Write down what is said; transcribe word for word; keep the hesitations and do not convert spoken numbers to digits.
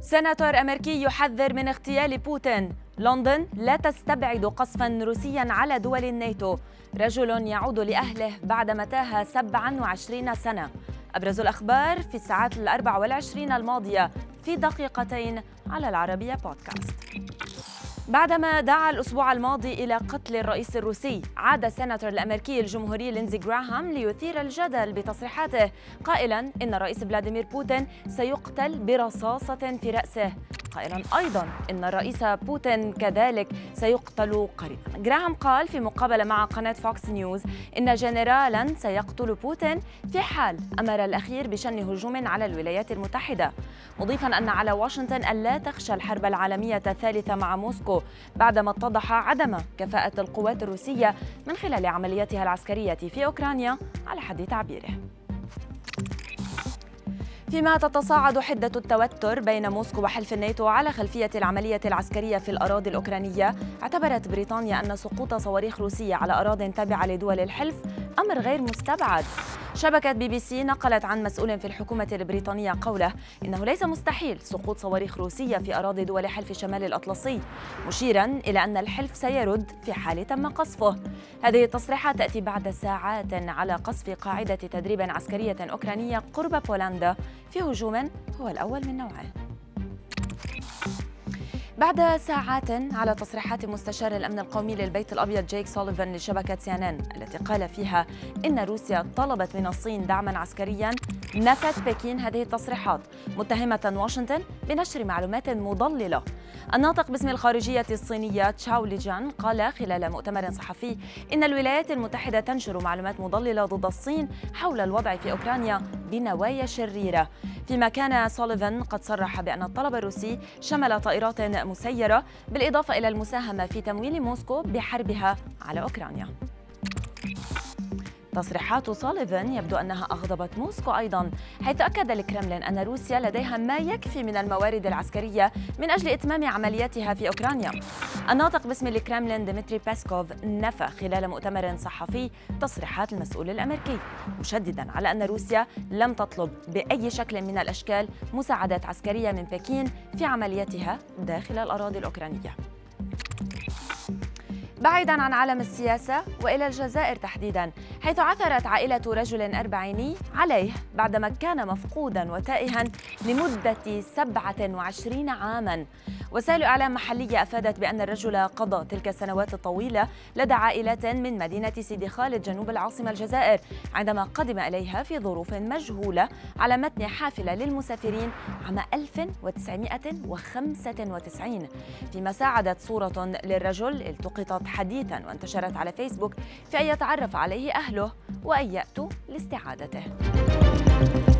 سيناتور أمريكي يحذر من اغتيال بوتين. لندن لا تستبعد قصفاً روسياً على دول الناتو. رجل يعود لأهله بعدما تاه سبعة وعشرين سنة. أبرز الأخبار في الساعات الأربع والعشرين الماضية في دقيقتين على العربية بودكاست. بعدما دعا الأسبوع الماضي إلى قتل الرئيس الروسي، عاد السيناتور الأمريكي الجمهوري لينزي غراهام ليثير الجدل بتصريحاته قائلاً إن الرئيس فلاديمير بوتين سيقتل برصاصة في رأسه، قائلاً أيضاً إن الرئيس بوتين كذلك سيقتل قريباً. غراهام قال في مقابلة مع قناة فوكس نيوز إن جنرالاً سيقتل بوتين في حال أمر الأخير بشن هجوم على الولايات المتحدة، مضيفاً أن على واشنطن ألا تخشى الحرب العالمية الثالثة مع موسكو بعدما اتضح عدم كفاءة القوات الروسية من خلال عملياتها العسكرية في أوكرانيا على حد تعبيره. فيما تتصاعد حدة التوتر بين موسكو وحلف الناتو على خلفية العملية العسكرية في الأراضي الأوكرانية، اعتبرت بريطانيا أن سقوط صواريخ روسية على أراضٍ تابعة لدول الحلف أمر غير مستبعد. شبكة بي بي سي نقلت عن مسؤول في الحكومة البريطانية قوله إنه ليس مستحيل سقوط صواريخ روسية في أراضي دول حلف شمال الأطلسي، مشيراً إلى أن الحلف سيرد في حال تم قصفه. هذه التصريحات تأتي بعد ساعات على قصف قاعدة تدريب عسكرية أوكرانية قرب بولندا في هجوم هو الأول من نوعه. بعد ساعات على تصريحات مستشار الأمن القومي للبيت الأبيض جيك سوليفان لشبكة سي إن إن التي قال فيها إن روسيا طلبت من الصين دعماً عسكرياً، نفت بكين هذه التصريحات متهمة واشنطن بنشر معلومات مضللة. الناطق باسم الخارجية الصينية تشاو ليجان قال خلال مؤتمر صحفي إن الولايات المتحدة تنشر معلومات مضللة ضد الصين حول الوضع في أوكرانيا بنوايا شريرة، فيما كان سوليفان قد صرح بأن الطلب الروسي شمل طائرات مسيرة بالإضافة إلى المساهمة في تمويل موسكو بحربها على أوكرانيا. تصريحات سوليفان يبدو أنها أغضبت موسكو أيضاً، حيث أكد الكرملين أن روسيا لديها ما يكفي من الموارد العسكرية من أجل إتمام عملياتها في أوكرانيا. الناطق باسم الكرملين ديمتري بيسكوف نفى خلال مؤتمر صحفي تصريحات المسؤول الأمريكي، مشدداً على أن روسيا لم تطلب بأي شكل من الأشكال مساعدات عسكرية من بكين في عملياتها داخل الأراضي الأوكرانية. بعيداً عن عالم السياسة وإلى الجزائر تحديداً، حيث عثرت عائلة رجل أربعيني عليه بعدما كان مفقوداً وتائها لمدة سبعة وعشرين عاماً. وسائل إعلام محلية أفادت بأن الرجل قضى تلك السنوات الطويلة لدى عائلات من مدينة سيدي خالد جنوب العاصمة الجزائر، عندما قدم إليها في ظروف مجهولة على متن حافلة للمسافرين عام ألف وتسعمائة وخمسة وتسعين، فيما ساعدت صورة للرجل التقطت حديثاً وانتشرت على فيسبوك في أن يتعرف عليه أهله وأن يأتوا لاستعادته.